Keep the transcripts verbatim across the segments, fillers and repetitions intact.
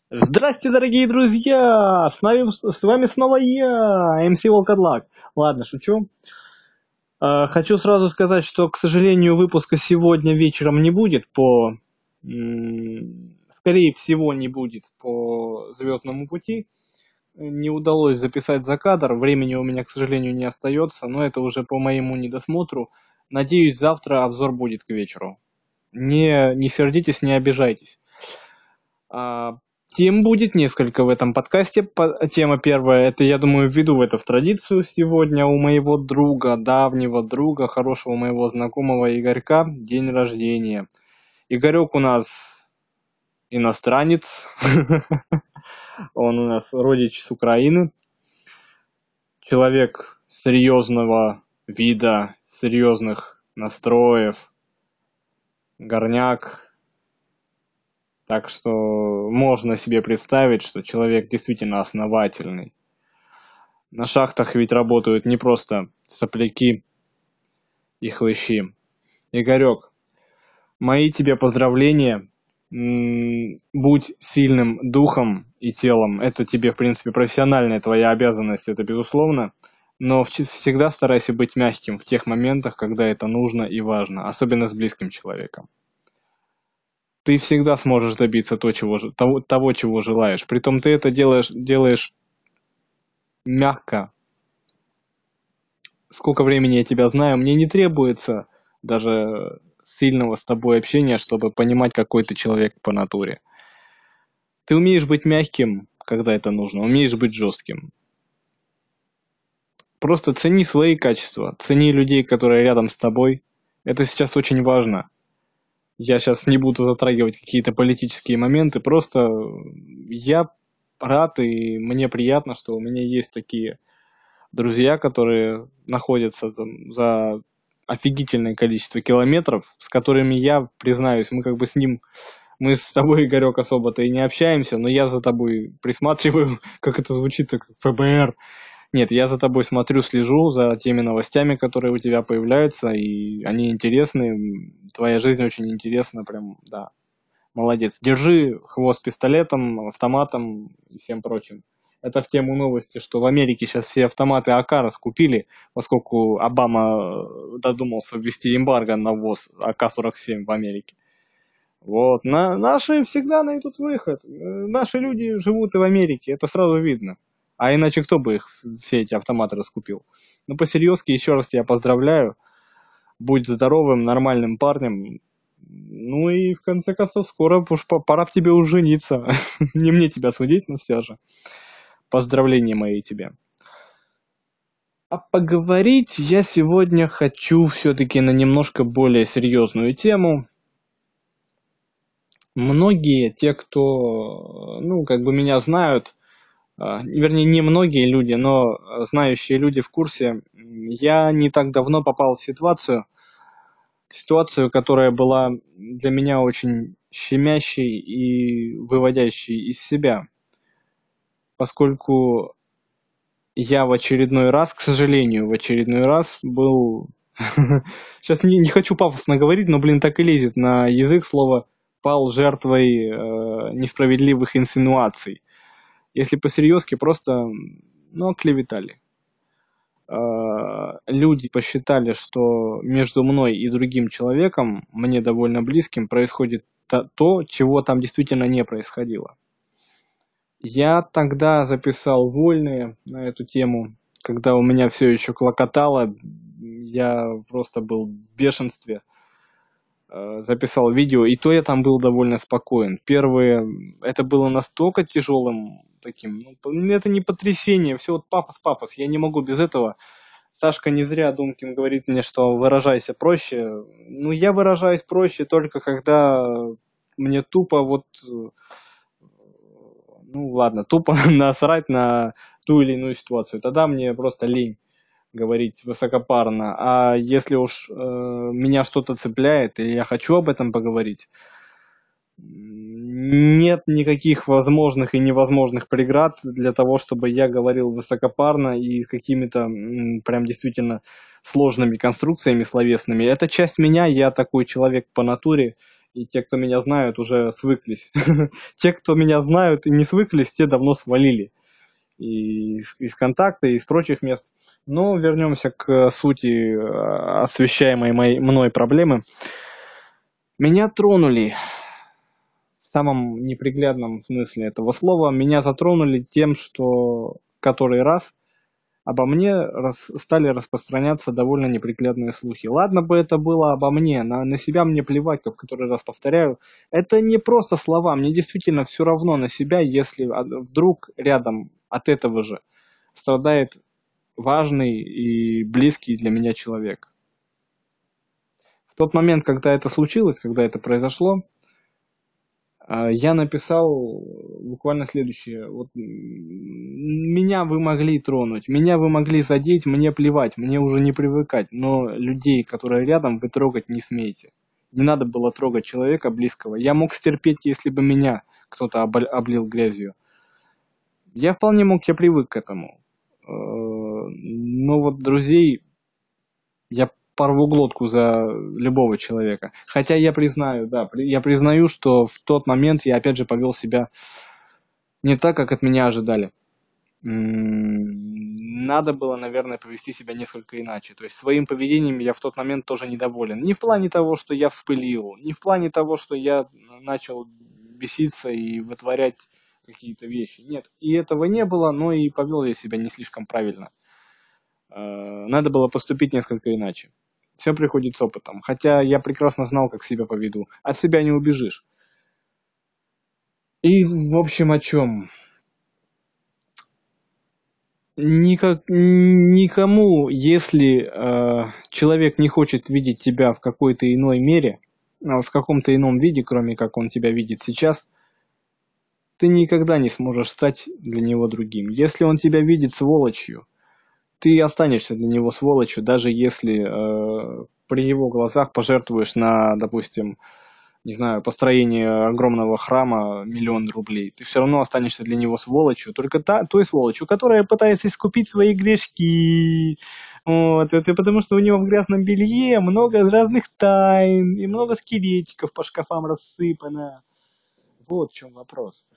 Здрасте, дорогие друзья! С, нами, с вами снова я, эм си Волкодлак. Ладно, шучу. Э, Хочу сразу сказать, что, к сожалению, выпуска сегодня вечером не будет по... м, Скорее всего, не будет по «Звездному пути». Не удалось записать за кадр, времени у меня, к сожалению, не остается, но это уже по моему недосмотру. Надеюсь, завтра обзор будет к вечеру. Не, не сердитесь, не обижайтесь. А, Тем будет несколько в этом подкасте. По- Тема первая, это, я думаю, введу в это в традицию сегодня у моего друга, давнего друга, хорошего моего знакомого Игорька, день рождения. Игорек у нас иностранец, он у нас родич с Украины, человек серьезного вида, серьезных настроев, горняк. Так что можно себе представить, что человек действительно основательный. На шахтах ведь работают не просто сопляки и хлыщи. Игорек, мои тебе поздравления. М, Будь сильным духом и телом. Это тебе, в принципе, профессиональная твоя обязанность, это безусловно. Но в- всегда старайся быть мягким в тех моментах, когда это нужно и важно, особенно с близким человеком. Ты всегда сможешь добиться то, чего, же- того, того, чего желаешь. Притом ты это делаешь, делаешь мягко. Сколько времени я тебя знаю, мне не требуется даже сильного с тобой общения, чтобы понимать, какой ты человек по натуре. Ты умеешь быть мягким, когда это нужно, умеешь быть жестким. Просто цени свои качества, цени людей, которые рядом с тобой. Это сейчас очень важно. Я сейчас не буду затрагивать какие-то политические моменты, просто я рад и мне приятно, что у меня есть такие друзья, которые находятся там за офигительное количество километров, с которыми я, признаюсь, мы как бы с ним, мы с тобой, Игорек, особо-то и не общаемся, но я за тобой присматриваю, как это звучит, как эф бэ эр. Нет, я за тобой смотрю, слежу за теми новостями, которые у тебя появляются, и они интересны, твоя жизнь очень интересна, прям, да, молодец. Держи хвост пистолетом, автоматом и всем прочим. Это в тему новости, что в Америке сейчас все автоматы а ка раскупили, поскольку Обама додумался ввести эмбарго на ввоз а ка сорок семь в Америке. Вот. На, наши всегда найдут выход. Наши люди живут и в Америке, это сразу видно. А иначе кто бы их, все эти автоматы раскупил? Ну, по-серьезки, еще раз тебя поздравляю. Будь здоровым, нормальным парнем. Ну и в конце концов, скоро уж пора б тебе уже жениться. Не мне тебя судить, но все же. Поздравления мои тебе. А поговорить я сегодня хочу все-таки на немножко более серьезную тему. Многие, те, кто, ну, как бы меня знают, а, вернее, не многие люди, но знающие люди в курсе, я не так давно попал в ситуацию, ситуацию, которая была для меня очень щемящей и выводящей из себя, поскольку я в очередной раз, к сожалению, в очередной раз был... Сейчас не, не хочу пафосно говорить, но, блин, так и лезет на язык слово «пал жертвой э, несправедливых инсинуаций». Если по-серьезки, просто, ну, оклеветали. Э, люди посчитали, что между мной и другим человеком, мне довольно близким, происходит то, чего там действительно не происходило. Я тогда записал вольные на эту тему, когда у меня все еще клокотало, я просто был в бешенстве. Э, записал видео, и то я там был довольно спокоен. Первые, это было настолько тяжелым таким, ну, это не потрясение, все вот пафос-пафос, я не могу без этого. Сашка не зря, Думкин, говорит мне, что выражайся проще. Ну, я выражаюсь проще только когда мне тупо вот, ну ладно, тупо насрать на ту или иную ситуацию. Тогда мне просто лень говорить высокопарно. А если уж э, меня что-то цепляет, и я хочу об этом поговорить, нет никаких возможных и невозможных преград для того, чтобы я говорил высокопарно и с какими-то м, прям действительно сложными конструкциями словесными. Это часть меня, я такой человек по натуре, И те, кто меня знают, уже свыклись. Те, кто меня знают и не свыклись, те давно свалили. И из, из контакта, и из прочих мест. Но вернемся к сути э, освещаемой моей, мной проблемы. Меня тронули в самом неприглядном смысле этого слова. Меня затронули тем, что который раз обо мне рас, стали распространяться довольно неприглядные слухи. Ладно бы это было обо мне, на, на себя мне плевать, как в который раз повторяю. Это не просто слова, мне действительно все равно на себя, если вдруг рядом от этого же страдает важный и близкий для меня человек. В тот момент, когда это случилось, когда это произошло, я написал буквально следующее. Вот, меня вы могли тронуть, меня вы могли задеть, мне плевать, мне уже не привыкать. Но людей, которые рядом, вы трогать не смеете. Не надо было трогать человека близкого. Я мог стерпеть, если бы меня кто-то облил грязью. Я вполне мог, я привык к этому. Но вот друзей я порву глотку за любого человека. Хотя я признаю, да, я признаю, что в тот момент я опять же повел себя не так, как от меня ожидали. Надо было, наверное, повести себя несколько иначе. То есть своим поведением я в тот момент тоже недоволен. Не в плане того, что я вспылил, не в плане того, что я начал беситься и вытворять какие-то вещи. Нет, и этого не было, но и повел я себя не слишком правильно. Надо было поступить несколько иначе. Все приходит с опытом. Хотя я прекрасно знал, как себя поведу. От себя не убежишь. И в общем о чем? Никак, никому, если э, человек не хочет видеть тебя в какой-то иной мере, в каком-то ином виде, кроме как он тебя видит сейчас, ты никогда не сможешь стать для него другим. Если он тебя видит сволочью, ты останешься для него сволочью, даже если э, при его глазах пожертвуешь на, допустим, не знаю, построение огромного храма миллион рублей. Ты все равно останешься для него сволочью, только та, той сволочью, которая пытается искупить свои грешки. Вот, это потому что у него в грязном белье много разных тайн и много скелетиков по шкафам рассыпано. Вот в чем вопрос.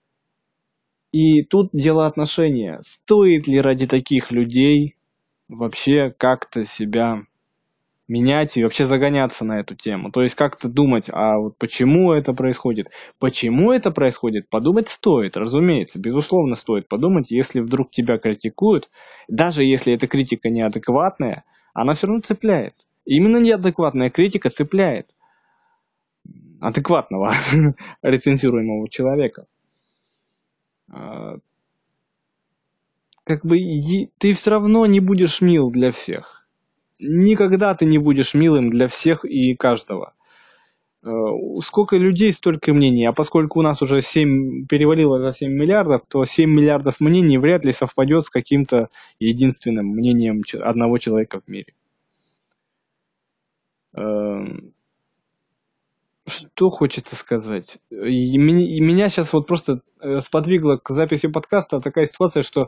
И тут дело отношения. Стоит ли ради таких людей вообще как-то себя менять и вообще загоняться на эту тему? То есть как-то думать, а вот почему это происходит? Почему это происходит? Подумать стоит, разумеется, безусловно стоит подумать, если вдруг тебя критикуют, даже если эта критика неадекватная, она все равно цепляет. Именно неадекватная критика цепляет адекватного рецензируемого человека. Как бы ты все равно не будешь мил для всех. Никогда ты не будешь милым для всех и каждого. Сколько людей, столько мнений. А поскольку у нас уже семь перевалило за семь миллиардов, то семь миллиардов мнений вряд ли совпадет с каким-то единственным мнением одного человека в мире. Что хочется сказать? И меня сейчас вот просто сподвигла к записи подкаста такая ситуация, что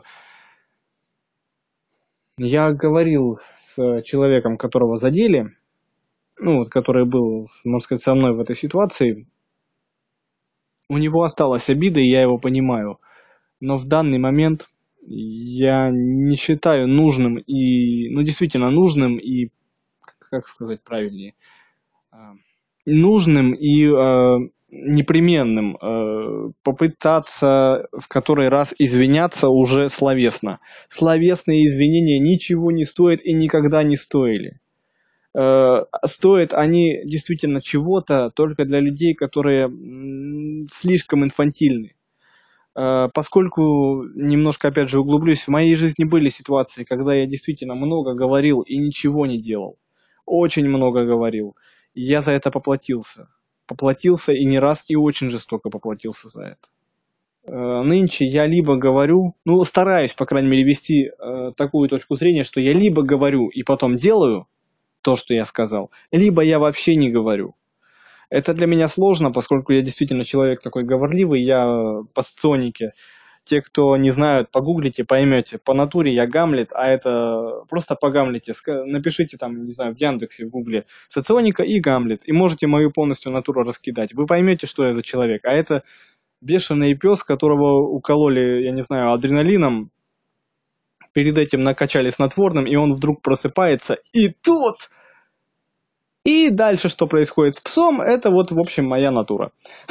я говорил с человеком, которого задели, ну вот, который был, можно сказать, со мной в этой ситуации. У него осталась обида, и я его понимаю. Но в данный момент я не считаю нужным и, ну, действительно нужным и, как сказать правильнее, нужным и э, непременным э, попытаться в который раз извиняться уже словесно. Словесные извинения ничего не стоят и никогда не стоили. Э, стоят они действительно чего-то только для людей, которые м, слишком инфантильны. Э, поскольку, немножко опять же углублюсь, в моей жизни были ситуации, когда я действительно много говорил и ничего не делал. Очень много говорил. И я за это поплатился. Поплатился и не раз, и очень жестоко поплатился за это. Э, нынче я либо говорю, ну стараюсь, по крайней мере, вести э, такую точку зрения, что я либо говорю и потом делаю то, что я сказал, либо я вообще не говорю. Это для меня сложно, поскольку я действительно человек такой говорливый, я по сционике Те, кто не знают, погуглите, поймете. По натуре я Гамлет, а это просто погамлите. Напишите там, не знаю, в Яндексе, в Гугле соционика и Гамлет. И можете мою полностью натуру раскидать. Вы поймете, что я за человек. А это бешеный пес, которого укололи, я не знаю, адреналином. Перед этим накачали снотворным, и он вдруг просыпается. И тут... И дальше, что происходит с псом, это вот, в общем, моя натура.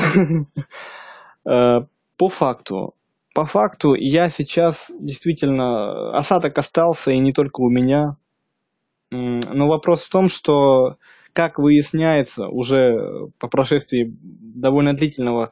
По факту. По факту я сейчас действительно... Осадок остался, и не только у меня. Но вопрос в том, что, как выясняется, уже по прошествии довольно длительного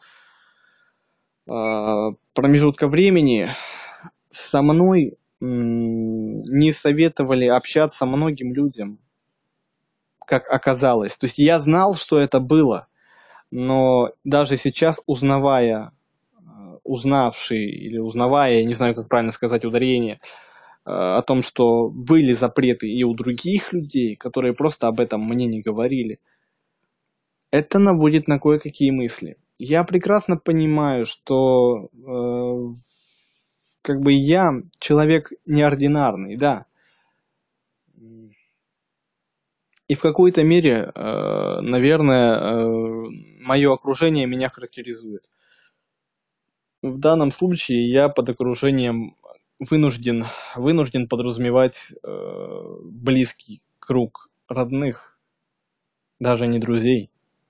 промежутка времени, со мной не советовали общаться многим людям, как оказалось. То есть я знал, что это было, но даже сейчас, узнавая, узнавший или узнавая, я не знаю, как правильно сказать ударение, о том, что были запреты и у других людей, которые просто об этом мне не говорили, это наводит на кое-какие мысли. Я прекрасно понимаю, что э, как бы я человек неординарный, да. И в какой-то мере, э, наверное, э, мое окружение меня характеризует. В данном случае я под окружением вынужден, вынужден подразумевать э, близкий круг родных, даже не друзей.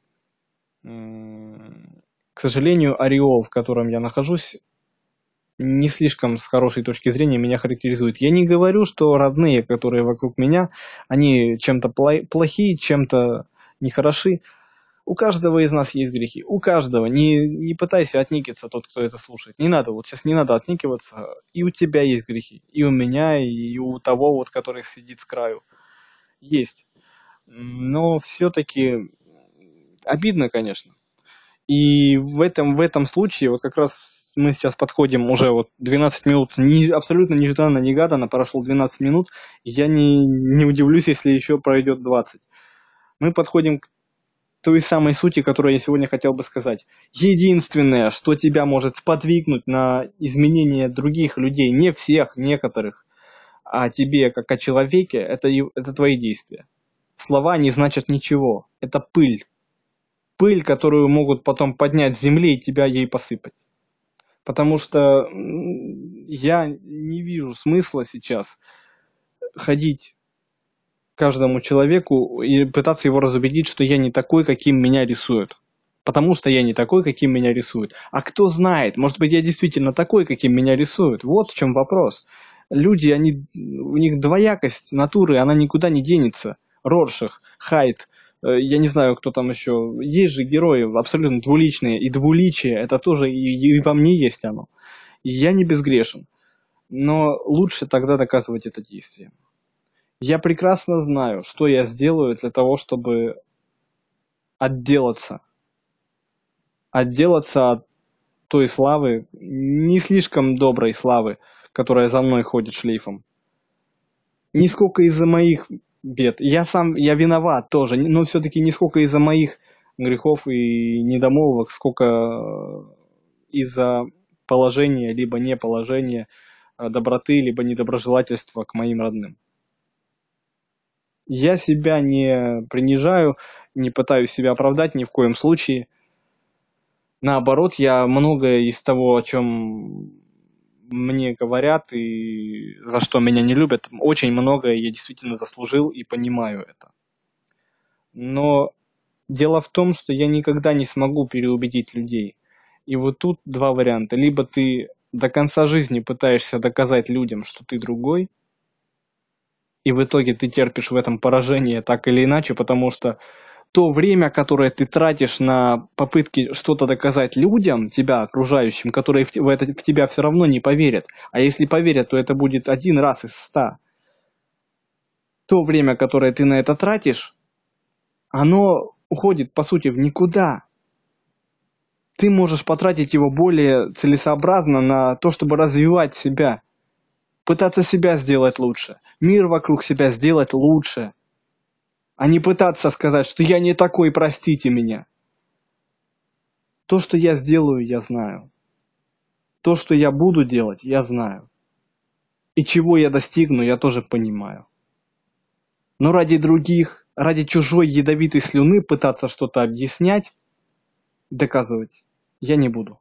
К сожалению, ореол, в котором я нахожусь, не слишком с хорошей точки зрения меня характеризует. Я не говорю, что родные, которые вокруг меня, они чем-то плохие, чем-то нехороши. У каждого из нас есть грехи. У каждого. Не, не пытайся отникиваться тот, кто это слушает. Не надо. Вот сейчас не надо отникиваться. И у тебя есть грехи. И у меня, и у того, вот, который сидит с краю. Есть. Но все-таки обидно, конечно. И в этом, в этом случае, вот как раз мы сейчас подходим уже вот двенадцать минут, не, абсолютно нежданно-негаданно, прошло двенадцать минут, я не, не удивлюсь, если еще пройдет двадцать. Мы подходим к той самой сути, которую я сегодня хотел бы сказать. Единственное, что тебя может сподвигнуть на изменение других людей, не всех, некоторых, а тебе, как о человеке, это, это твои действия. Слова не значат ничего, это пыль. Пыль, которую могут потом поднять с земли и тебя ей посыпать. Потому что я не вижу смысла сейчас ходить каждому человеку и пытаться его разубедить, что я не такой, каким меня рисуют. Потому что я не такой, каким меня рисуют. А кто знает, может быть, я действительно такой, каким меня рисуют. Вот в чем вопрос. Люди, они, у них двоякость натуры, она никуда не денется. Роршах, Хайд, я не знаю, кто там еще. Есть же герои абсолютно двуличные. И двуличие, это тоже и, и во мне есть оно. И я не безгрешен. Но лучше тогда доказывать это действием. Я прекрасно знаю, что я сделаю для того, чтобы отделаться. Отделаться от той славы, не слишком доброй славы, которая за мной ходит шлейфом. Не сколько из-за моих бед. Я сам, я виноват тоже, но все-таки не сколько из-за моих грехов и недомолвок, сколько из-за положения, либо неположения, доброты, либо недоброжелательства к моим родным. Я себя не принижаю, не пытаюсь себя оправдать ни в коем случае. Наоборот, я многое из того, о чем мне говорят и за что меня не любят, очень многое я действительно заслужил и понимаю это. Но дело в том, что я никогда не смогу переубедить людей. И вот тут два варианта. Либо ты до конца жизни пытаешься доказать людям, что ты другой, и в итоге ты терпишь в этом поражение так или иначе, потому что то время, которое ты тратишь на попытки что-то доказать людям, тебя окружающим, которые в, это, в тебя все равно не поверят, а если поверят, то это будет один раз из ста. То время, которое ты на это тратишь, оно уходит, по сути, в никуда. Ты можешь потратить его более целесообразно на то, чтобы развивать себя, пытаться себя сделать лучше, мир вокруг себя сделать лучше, а не пытаться сказать, что я не такой, простите меня. То, что я сделаю, я знаю. То, что я буду делать, я знаю. И чего я достигну, я тоже понимаю. Но ради других, ради чужой ядовитой слюны пытаться что-то объяснять, доказывать я не буду.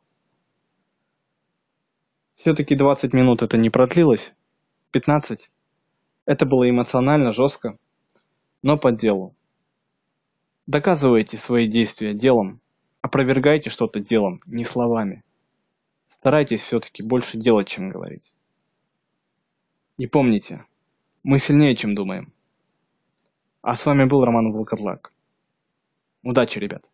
Все-таки двадцать минут это не продлилось. пятнадцать. Это было эмоционально, жестко, но по делу. Доказывайте свои действия делом. Опровергайте что-то делом, не словами. Старайтесь все-таки больше делать, чем говорить. И помните, мы сильнее, чем думаем. А с вами был Роман Волкодлак. Удачи, ребят!